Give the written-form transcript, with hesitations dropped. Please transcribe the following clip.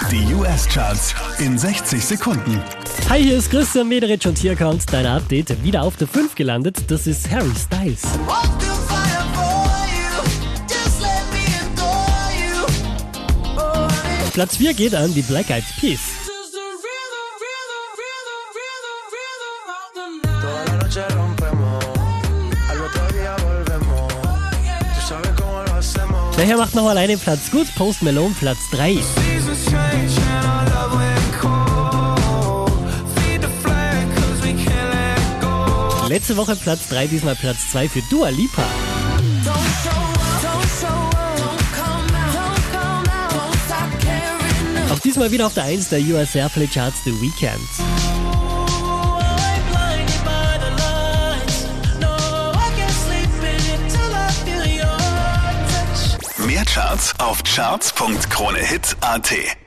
Die US-Charts in 60 Sekunden. Hi, hier ist Christian Mederitsch und hier kommt dein Update. Wieder auf der 5 gelandet, das ist Harry Styles. Platz 4 geht an die Black Eyed Peas. Daher macht nochmal einen Platz gut, Post Malone Platz 3. Letzte Woche Platz 3, diesmal Platz 2 für Dua Lipa. Auch diesmal wieder auf der 1 der US Airplay Charts The Weeknd. Mehr Charts auf charts.kronehit.at.